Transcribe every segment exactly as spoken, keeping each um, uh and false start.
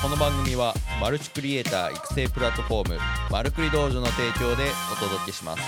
この番組はマルチクリエイター育成プラットフォームマルクリ道場の提供でお届けします。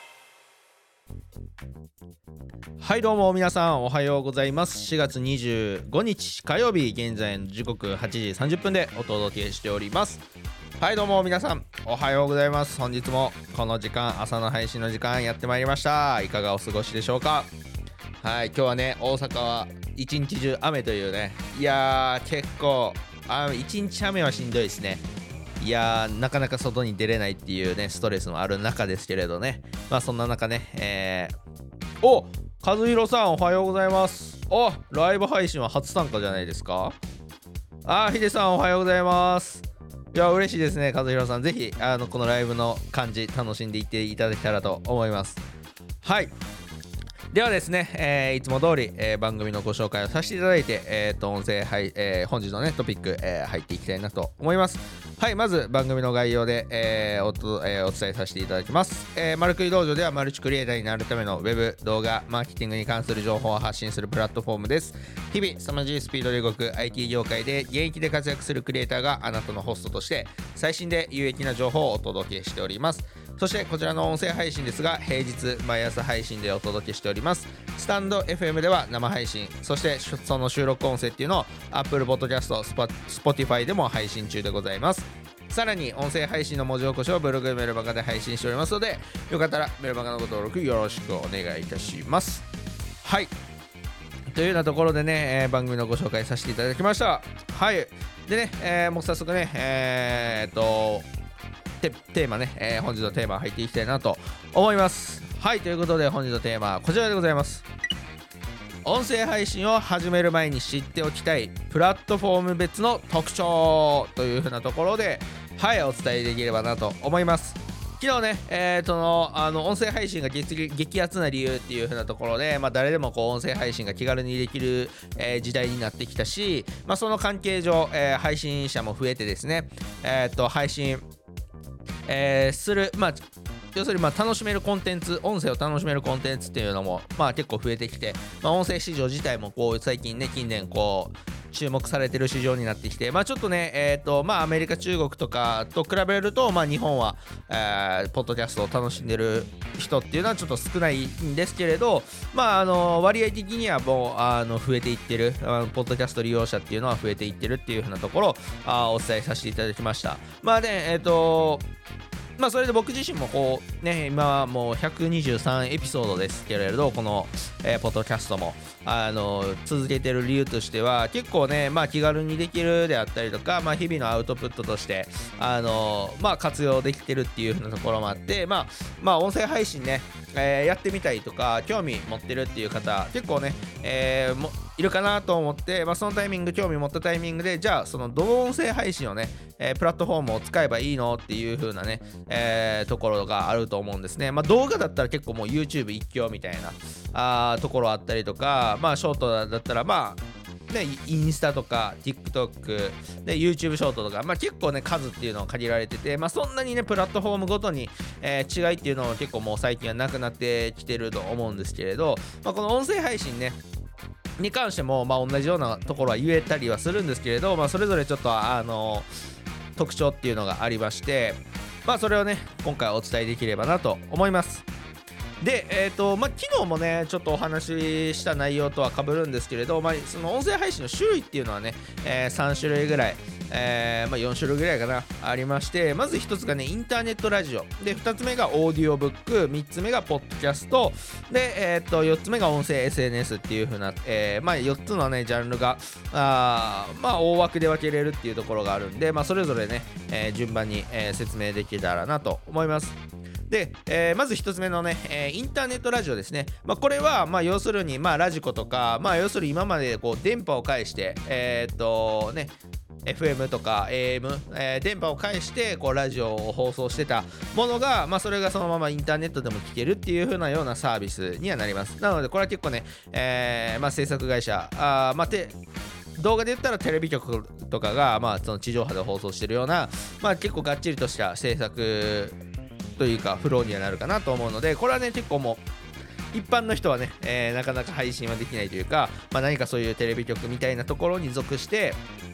はい、どうも皆さんおはようございます。しがつにじゅうごにち火曜日、現在の時刻はちじさんじゅっぷんでお届けしております。はい、どうも皆さんおはようございます。本日もこの時間、朝の配信の時間やってまいりました。いかがお過ごしでしょうか。はい、今日はね、大阪は一日中雨というね、いやー結構あ一日雨はしんどいですね。いやーなかなか外に出れないっていうねストレスもある中ですけれどね、まあそんな中ね、えー、お和弘さんおはようございます。おライブ配信は初参加じゃないですか。あヒデさんおはようございます。いや嬉しいですね。和弘さんぜひあのこのライブの感じ楽しんでいっていただけたらと思います。はい、ではですね、えー、いつも通り、えー、番組のご紹介をさせていただいて、えー、と音声、はいえー、本日のねトピック、えー、入っていきたいなと思います。はい、まず番組の概要で、えー お, とえー、お伝えさせていただきます。えー、マルクリ道場ではマルチクリエイターになるためのウェブ動画マーケティングに関する情報を発信するプラットフォームです。日々凄まじいスピードで動く アイティー 業界で現役で活躍するクリエイターがあなたのホストとして最新で有益な情報をお届けしております。そしてこちらの音声配信ですが、平日毎朝配信でお届けしております。スタンド エフエム では生配信、そしてその収録音声っていうのを Apple Podcast、Spotify でも配信中でございます。さらに音声配信の文字起こしをブログメルマガで配信しておりますので、よかったらメルマガのご登録よろしくお願いいたします。はい、というようなところでね、えー、番組のご紹介させていただきました。はい、でね、えー、もう早速ね、えー、っとテ, テーマね、えー、本日のテーマ入っていきたいなと思います。はい、ということで本日のテーマはこちらでございます。音声配信を始める前に知っておきたいプラットフォーム別の特徴というふうなところで、はい、お伝えできればなと思います。昨日ね、えー、そのあの音声配信が 激, 激アツな理由っていう風なところで、まあ、誰でもこう音声配信が気軽にできる、えー、時代になってきたし、まあ、その関係上、えー、配信者も増えてですね、えー、っと配信えー、する、まあ、要するにまあ楽しめるコンテンツ、音声を楽しめるコンテンツっていうのもまあ結構増えてきて、まあ、音声市場自体もこう最近ね近年こう注目されてる市場になってきて、まあちょっとねえっとまあアメリカ中国とかと比べるとまあ日本は、えー、ポッドキャストを楽しんでる人っていうのはちょっと少ないんですけれど、まああの割合的にはもうあの増えていってる、あのポッドキャスト利用者っていうのは増えていってるっていう風なところをあお伝えさせていただきました。まあねえっとまあそれで僕自身もこうね今はもうひゃくにじゅうさんエピソードですけれど、この、えー、ポッドキャストもあの続けてる理由としては結構ねまあ気軽にできるであったりとか、まあ日々のアウトプットとしてあのまあ活用できてるっていう風なところもあって、まあまあ音声配信ね、えー、やってみたいとか興味持ってるっていう方結構ね、えー、もいるかなと思って、まあ、そのタイミング興味持ったタイミングでじゃあそのどの音声配信をね、えー、プラットフォームを使えばいいのっていう風なね、えー、ところがあると思うんですね。まあ動画だったら結構もう YouTube 一挙みたいなあところあったりとか、まあショートだったらまあね、インスタとか TikTok で YouTube ショートとか、まあ、結構ね数っていうのは限られてて、まあ、そんなにねプラットフォームごとに、えー、違いっていうのは結構もう最近はなくなってきてると思うんですけれど、まあ、この音声配信ねに関しても、まあ、同じようなところは言えたりはするんですけれど、まあ、それぞれちょっとあの特徴っていうのがありまして、まあ、それをね今回お伝えできればなと思います。で、えーとまあ、昨日もねちょっとお話しした内容とは被るんですけれど、まあ、その音声配信の種類っていうのはね、えー、さんしゅるいぐらい、えーまあ、よんしゅるいぐらいかなありまして、まずひとつがねインターネットラジオで、ふたつめがオーディオブック、みっつめがポッドキャストで、えー、とよっつめが音声 エスエヌエス っていう風な、えーまあ、よっつのねジャンルがあまあ大枠で分けれるっていうところがあるんで、まあ、それぞれね、えー、順番に、えー、説明できたらなと思います。で、えー、まず一つ目のね、えー、インターネットラジオですね。まあ、これは、まあ、要するに、まあ、ラジコとか、まあ、要するに今までこう電波を介して、えー、っとね、エフエム とか エーエム、えー、電波を介してこうラジオを放送してたものが、まあ、それがそのままインターネットでも聞けるっていう風なようなサービスにはなります。なのでこれは結構ね、えーまあ、制作会社あ、まあ、て動画で言ったらテレビ局とかが、まあ、その地上波で放送してるような、まあ、結構がっちりとした制作というかフローにはなるかなと思うので、これはね結構もう一般の人はね、えー、なかなか配信はできないというか、まあ、何かそういうテレビ局みたいなところに属して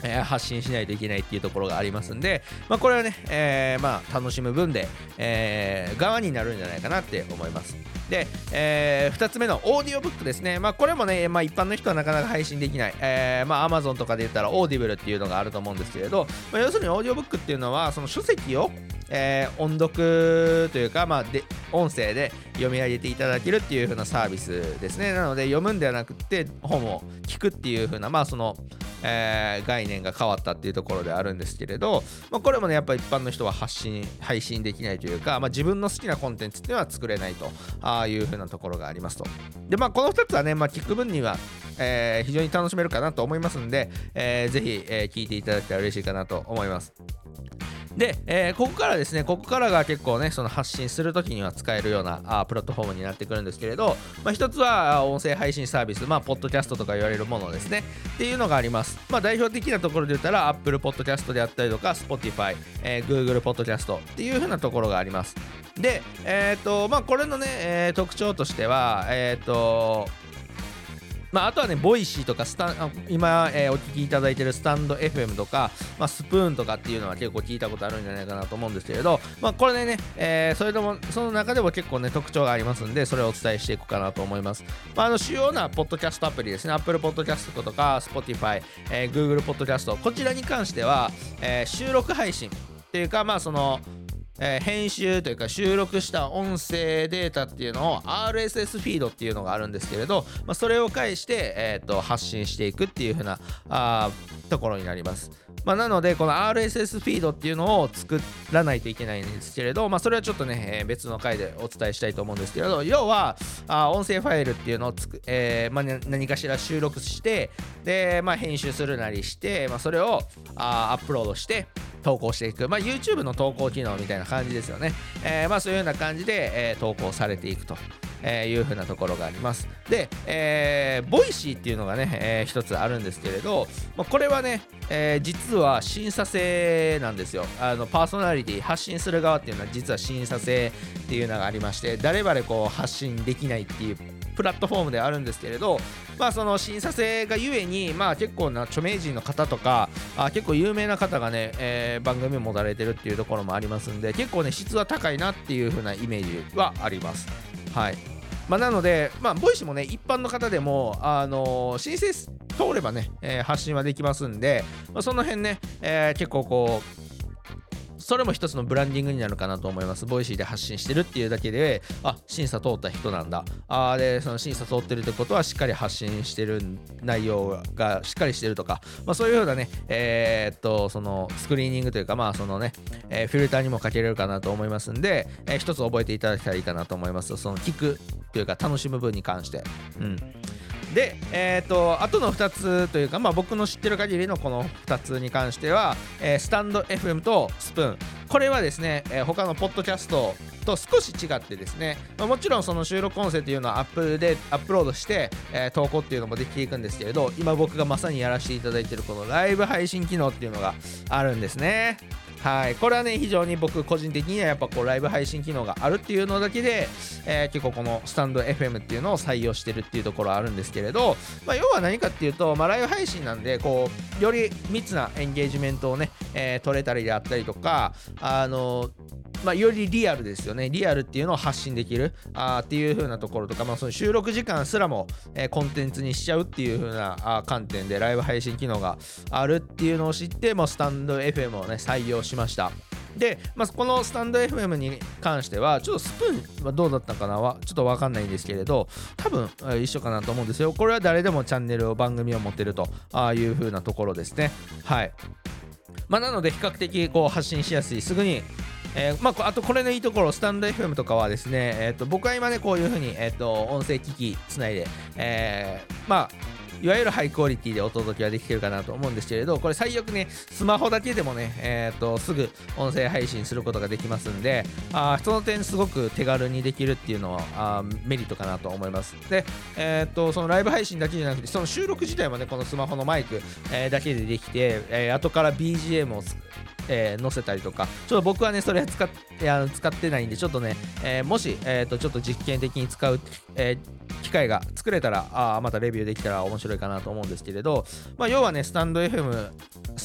えー、発信しないといけないっていうところがありますんで、まあ、これはね、えー、まあ楽しむ分で、えー、側になるんじゃないかなって思います。で、えー、ふたつめのオーディオブックですね。まあこれもね、まあ、一般の人はなかなか配信できない、えー、まあ Amazon とかで言ったらオーディブルっていうのがあると思うんですけれど、まあ、要するにオーディオブックっていうのはその書籍をえー、音読というか、まあ、で音声で読み上げていただけるっていう風なサービスですね。なので読むんではなくて本を聞くっていう風な、まあその、えー、概念が変わったっていうところであるんですけれど、まあ、これもねやっぱり一般の人は発信配信できないというか、まあ、自分の好きなコンテンツっていうのは作れないとあいう風なところがありますと。でまあこのふたつはね、まあ、聞く分には、えー、非常に楽しめるかなと思いますんで、えー、ぜひ、えー、聞いていただけたら嬉しいかなと思います。で、えー、ここからですね、ここからが結構ね、その発信するときには使えるようなあプラットフォームになってくるんですけれど、まあ、一つは音声配信サービス、まあ、ポッドキャストとか言われるものですね、っていうのがあります。まあ、代表的なところで言ったら、Apple Podcast であったりとか、Spotify、えー、Google Podcast っていう風なところがあります。で、えっと、まあ、これのね、えー、特徴としては、えっと、まあ、あとはね、ボイシーとかスタン今、えー、お聞きいただいているスタンド エフエム とか、まあ、スプーンとかっていうのは結構聞いたことあるんじゃないかなと思うんですけれど、まあ、これでね、えー、それでもその中でも結構ね特徴がありますんで、それをお伝えしていくかなと思います。まあ、あの主要なポッドキャストアプリですね、 Apple Podcast とか Spotify、えー、Google Podcast、 こちらに関しては、えー、収録配信っていうか、まあそのえー、編集というか収録した音声データっていうのを アールエスエス フィードっていうのがあるんですけれど、まあ、それを介して、えー、と発信していくっていう風なあところになります。まあ、なのでこの アールエスエス フィードっていうのを作らないといけないんですけれど、まあ、それはちょっとね、えー、別の回でお伝えしたいと思うんですけれど、要はあ音声ファイルっていうのをつく、えーまあ、何かしら収録してで、まあ、編集するなりして、まあ、それをあアップロードして投稿していく、まあ、YouTube の投稿機能みたいな感じですよね。えー、まあそういうような感じで、えー、投稿されていくという風なところがあります。で、えー、ボイシーっていうのがね、えー、一つあるんですけれど、まあ、これはね、えー、実は審査制なんですよ。あのパーソナリティ発信する側っていうのは実は審査制っていうのがありまして、誰々こう発信できないっていうプラットフォームであるんですけれど、まあその審査制がゆえに、まあ結構な著名人の方とかあ結構有名な方がね、えー、番組を持たれてるっていうところもありますんで、結構ね質は高いなっていう風なイメージはあります。はい。まあ、なので、まあ、ボイシーもね、一般の方でも、あのー、申請通ればね、えー、発信はできますんで、まあ、その辺ね、えー、結構こう、それも一つのブランディングになるかなと思います。ボイシーで発信してるっていうだけで、あ、審査通った人なんだ。あで、その審査通ってるってことはしっかり発信してる内容がしっかりしてるとか、まあ、そういうようなね、えー、っと、そのスクリーニングというか、まあ、そのね、えー、フィルターにもかけれるかなと思いますんで、えー、一つ覚えていただけたらいいかなと思います。その聞くというか、楽しむ分に関して。うん。で、えーと、あとのふたつというか、まあ、僕の知ってる限りのこのふたつに関しては、えー、スタンド エフエム とスプーン、これはですね、えー、他のポッドキャストと少し違ってですね、まあ、もちろんその収録音声というのはアップでアップロードして、えー、投稿っていうのもできていくんですけれど、今僕がまさにやらせていただいているこのライブ配信機能っていうのがあるんですね。はい、これはね非常に僕個人的にはやっぱこうライブ配信機能があるっていうのだけで、えー、結構このスタンド エフエム っていうのを採用してるっていうところはあるんですけれど、まあ、要は何かっていうと、まあ、ライブ配信なんでこうより密なエンゲージメントをね、えー、取れたりであったりとか、あのまあ、よりリアルですよね。リアルっていうのを発信できるあっていう風なところとか、まあ、その収録時間すらも、えー、コンテンツにしちゃうっていう風なあ観点でライブ配信機能があるっていうのを知って、もうスタンド エフエム をね採用しました。で、まあ、このスタンド エフエム に関してはちょっとスプーンはどうだったかなはちょっと分かんないんですけれど、多分一緒かなと思うんですよ。これは誰でもチャンネルを番組を持ってるとあいう風なところですね。はい。まあ、なので比較的こう発信しやすい、すぐにえーまあ、あとこれのいいところ、スタンド エフエム とかはですね、えー、と僕は今ねこういう風に、えー、と音声機器つないで、えー、まあいわゆるハイクオリティでお届けはできてるかなと思うんですけれど、これ最悪ねスマホだけでもね、えー、とすぐ音声配信することができますんで、あその点すごく手軽にできるっていうのはあメリットかなと思います。で、えー、とそのライブ配信だけじゃなくて、その収録自体もねこのスマホのマイク、えー、だけでできて、えー、後から ビージーエム をえー、載せたりとか、ちょっと僕はねそれ使っ、あの使ってないんで、ちょっとね、えー、もし、えー、とちょっと実験的に使う、えー、機会が作れたら、あまたレビューできたら面白いかなと思うんですけれど、まあ、要はねスタンド エフエム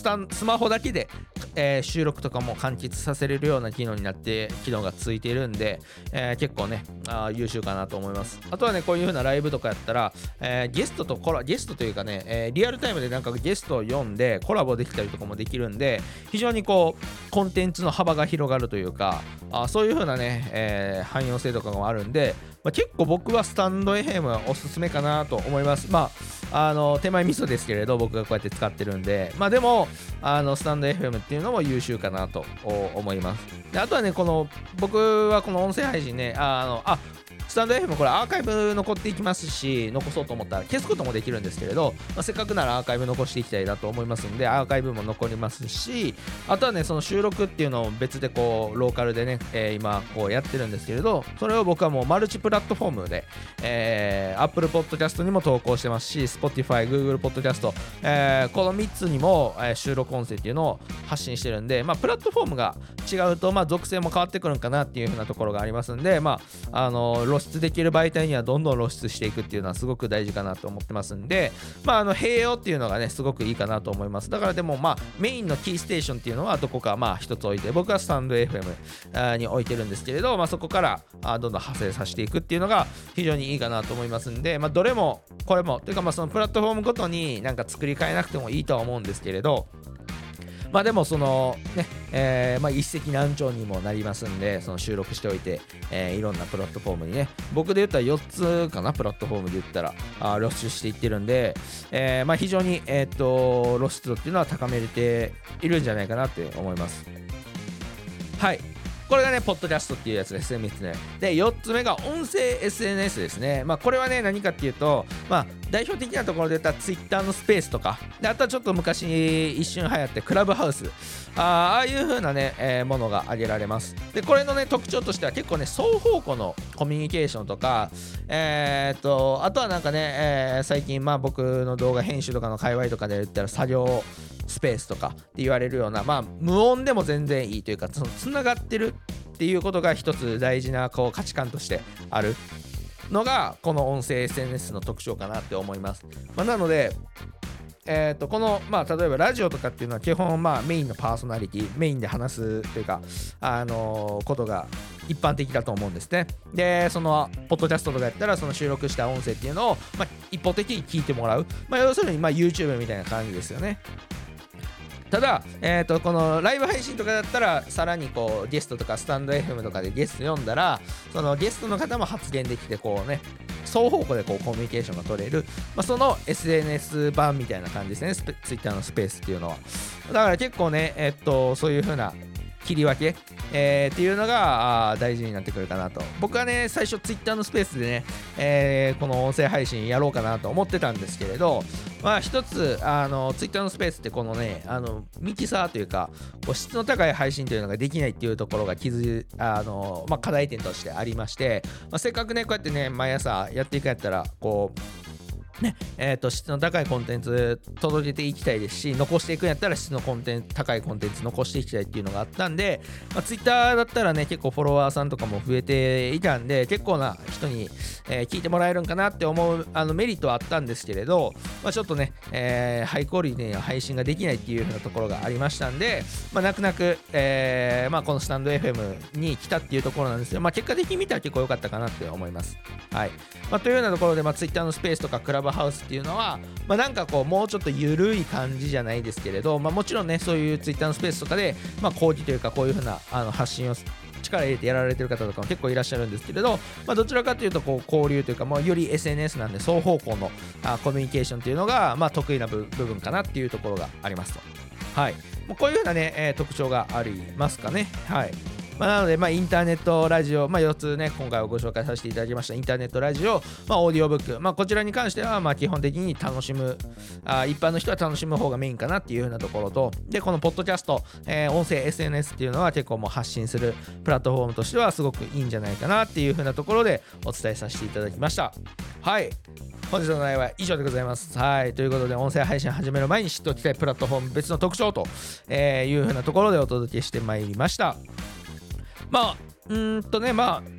タンスマホだけで、えー、収録とかも完結させれるような機能になって機能がついているんで、えー、結構ねあ優秀かなと思います。あとはねこういう風なライブとかやったら、えー、ゲストとコラゲストというかね、えー、リアルタイムでなんかゲストを呼んでコラボできたりとかもできるんで、非常にこうコンテンツの幅が広がるというか、あそういう風なね、えー、汎用性とかもあるんで、まあ、結構僕はスタンド エフエム はおすすめかなと思います。まああの手前味噌ですけれど僕がこうやって使ってるんで、まあでもあのスタンド エフエム っていうのも優秀かなと思います。であとはねこの僕はこの音声配信ねああのあスタンド エフエム これアーカイブ残っていきますし、残そうと思ったら消すこともできるんですけれど、まあ、せっかくならアーカイブ残していきたいなと思いますんで、アーカイブも残りますし、あとはねその収録っていうのを別でこうローカルでね、えー、今こうやってるんですけれど、それを僕はもうマルチプラットフォームで、えー、Apple Podcast にも投稿してますし、 Spotify、Google Podcast、えー、このみっつにも、えー、収録音声っていうのを発信してるんで、まあプラットフォームが違うとまあ属性も変わってくるんかなっていう風なところがありますんで、まああの露出できる媒体にはどんどん露出していくっていうのはすごく大事かなと思ってますんで、まああの併用っていうのがねすごくいいかなと思います。だからでもまあメインのキーステーションっていうのはどこかまあ一つ置いて、僕はスタンド エフエム に置いてるんですけれど、まあそこからどんどん派生させていくっていうのが非常にいいかなと思いますんで、まあどれもこれもというかまあそのプラットフォームごとになんか作り変えなくてもいいとは思うんですけれど、まあでもそのね、えー、まあ一石何鳥にもなりますんで、その収録しておいて、えー、いろんなプラットフォームにね、僕で言ったらよっつかな、プラットフォームで言ったらあ露出していってるんで、えー、まあ非常にえー、っと露出度っていうのは高めれているんじゃないかなって思います。はい。これがね、ポッドキャストっていうやつですね、みっつめ。で、よっつめが音声 エスエヌエス ですね。まあ、これはね、何かっていうと、まあ、代表的なところで言ったら Twitter のスペースとか、であとはちょっと昔一瞬流行ってクラブハウス、あ, ああいう風なね、えー、ものが挙げられます。で、これのね、特徴としては結構ね、双方向のコミュニケーションとか、えー、っと、あとはなんかね、えー、最近、まあ僕の動画編集とかの界隈とかで言ったら作業スペースとかって言われるような、まあ無音でも全然いいというか、そのつながってるっていうことが一つ大事なこう価値観としてあるのがこの音声 エスエヌエス の特徴かなって思います。まあ、なので、えー、とこの、まあ、例えばラジオとかっていうのは基本、まあ、メインのパーソナリティメインで話すというか、あのー、ことが一般的だと思うんですね。で、そのポッドキャストとかやったらその収録した音声っていうのを、まあ、一方的に聞いてもらう、まあ、要するに、まあ、YouTube みたいな感じですよね。ただ、えー、とこのライブ配信とかだったらさらにこうゲストとかスタンド エフエム とかでゲスト読んだら、そのゲストの方も発言できてこうね双方向でこうコミュニケーションが取れる、まあ、その エスエヌエス 版みたいな感じですね、Twitter のスペースっていうのは。だから結構ね、えっとそういう風な切り分け、えー、っていうのが大事になってくるかなと。僕はね最初 Twitter のスペースでね、えー、この音声配信やろうかなと思ってたんですけれど、まあ一つあの Twitter のスペースってこのねあのミキサーというかこう質の高い配信というのができないっていうところが傷あの、まあ、課題点としてありまして、まあ、せっかくねこうやってね毎朝やっていくんやったらこうねえー、と質の高いコンテンツ届けていきたいですし、残していくんやったら質のコンテンツ高いコンテンツ残していきたいっていうのがあったんで、まあ、Twitter だったらね結構フォロワーさんとかも増えていたんで結構な人に、えー、聞いてもらえるんかなって思うあのメリットはあったんですけれど、まあ、ちょっとね、えー、ハイクオリティの配信ができないっていう風なところがありましたんで、まあ、泣く泣く、えーまあ、このスタンド エフエム に来たっていうところなんですけど、まあ、結果的に見たら結構良かったかなって思います。はい。まあ、というようなところで、まあ、Twitter のスペースとかクラブハウスっていうのは、まあ、なんかこうもうちょっと緩い感じじゃないですけれど、まあ、もちろんねそういう Twitter のスペースとかで、まあ、講義というかこういう風なあの発信を力入れてやられてる方とかも結構いらっしゃるんですけれど、まあ、どちらかというとこう交流というか、まあ、より エスエヌエス なんで双方向のあコミュニケーションというのが、まあ、得意な部分かなっていうところがありますと。はい。もうこういう風なね、えー、特徴がありますかね。はい。まあ、なので、まあ、インターネットラジオ、まあ、よっつね、今回はご紹介させていただきましたインターネットラジオ、まあ、オーディオブック、まあ、こちらに関しては、まあ、基本的に楽しむあ、一般の人は楽しむ方がメインかなっていう風なところと、で、このポッドキャスト、えー、音声 エスエヌエス っていうのは結構もう発信するプラットフォームとしてはすごくいいんじゃないかなっていう風なところでお伝えさせていただきました。はい。本日の内容は以上でございます。はい。ということで、音声配信始める前に知っておきたいプラットフォーム別の特徴と、えー、いう風なところでお届けしてまいりました。まあ、うーんとね、まあ、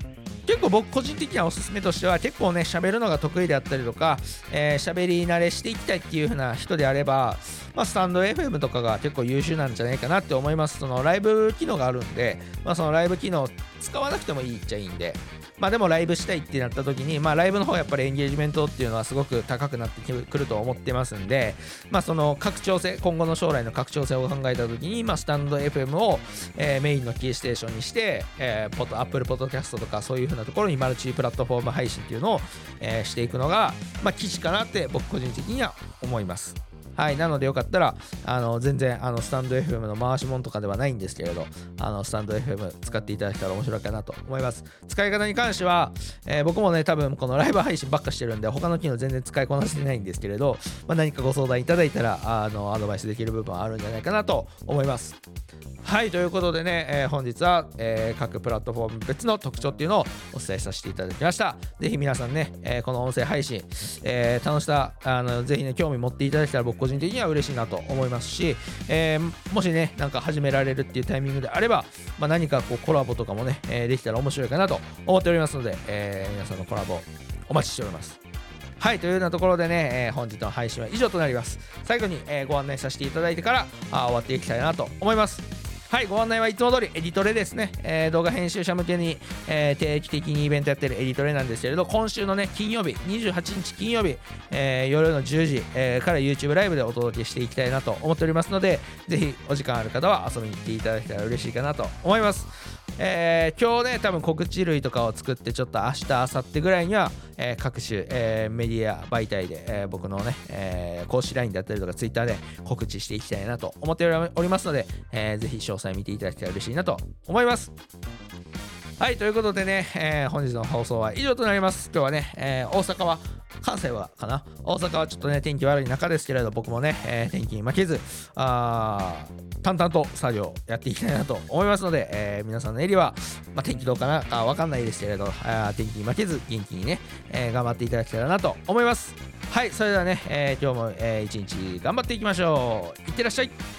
結構僕個人的なおすすめとしては、結構ね喋るのが得意であったりとか、えー、喋り慣れしていきたいっていう風な人であれば、まあ、スタンド エフエム とかが結構優秀なんじゃないかなって思います。そのライブ機能があるんで、まあ、そのライブ機能使わなくてもいいっちゃいいんで、まあでもライブしたいってなった時に、まあライブの方やっぱりエンゲージメントっていうのはすごく高くなってくると思ってますんで、まあその拡張性、今後の将来の拡張性を考えた時に、まあスタンド エフエム を、えー、メインのキーステーションにして、えー、ポッド Apple Podcast とかそういう風なところにマルチプラットフォーム配信っていうのを、えー、していくのが、まあ基地かなって僕個人的には思います。はい、なのでよかったらあの全然あのスタンド エフエム の回し物とかではないんですけれど、あのスタンド エフエム 使っていただけたら面白いかなと思います。使い方に関しては、えー、僕もね多分このライブ配信ばっかしてるんで他の機能全然使いこなせてないんですけれど、まあ、何かご相談いただいたらあのアドバイスできる部分はあるんじゃないかなと思います。はい、ということでね、えー、本日は、えー、各プラットフォーム別の特徴っていうのをお伝えさせていただきました。ぜひ皆さんね、えー、この音声配信、えー、楽しさあのぜひね興味持っていただけたら僕個人的には嬉しいなと思いますし、えー、もしねなんか始められるっていうタイミングであれば、まあ、何かこうコラボとかもね、えー、できたら面白いかなと思っておりますので、えー、皆さんのコラボお待ちしております。はい、というようなところでね、えー、本日の配信は以上となります。最後に、えー、ご案内させていただいてからあ終わっていきたいなと思います。はい、ご案内はいつも通りエディトレですね、えー、動画編集者向けに、えー、定期的にイベントやってるエディトレなんですけれど、今週のね金曜日にじゅうはちにち金曜日、えー、夜のじゅうじ、えー、から YouTube ライブでお届けしていきたいなと思っておりますので、ぜひお時間ある方は遊びに来ていただけたら嬉しいかなと思います。えー、今日ね多分告知類とかを作ってちょっと明日明後日ぐらいには、えー、各種、えー、メディア媒体で、えー、僕のね、えー、公式 ライン だったりとか Twitter で告知していきたいなと思っておりますので、えー、ぜひ詳細見ていただけたら嬉しいなと思います。はい、ということでね、えー、本日の放送は以上となります。今日はね、えー、大阪は関西はかな大阪はちょっとね天気悪い中ですけれど、僕もね、えー、天気に負けずあ淡々と作業やっていきたいなと思いますので、えー、皆さんのエリは、まあ、天気どうかなかわかんないですけれど、あ天気に負けず元気にね、えー、頑張っていただけたらなと思います。はい、それではね、えー、今日も、えー、一日頑張っていきましょう。いってらっしゃい。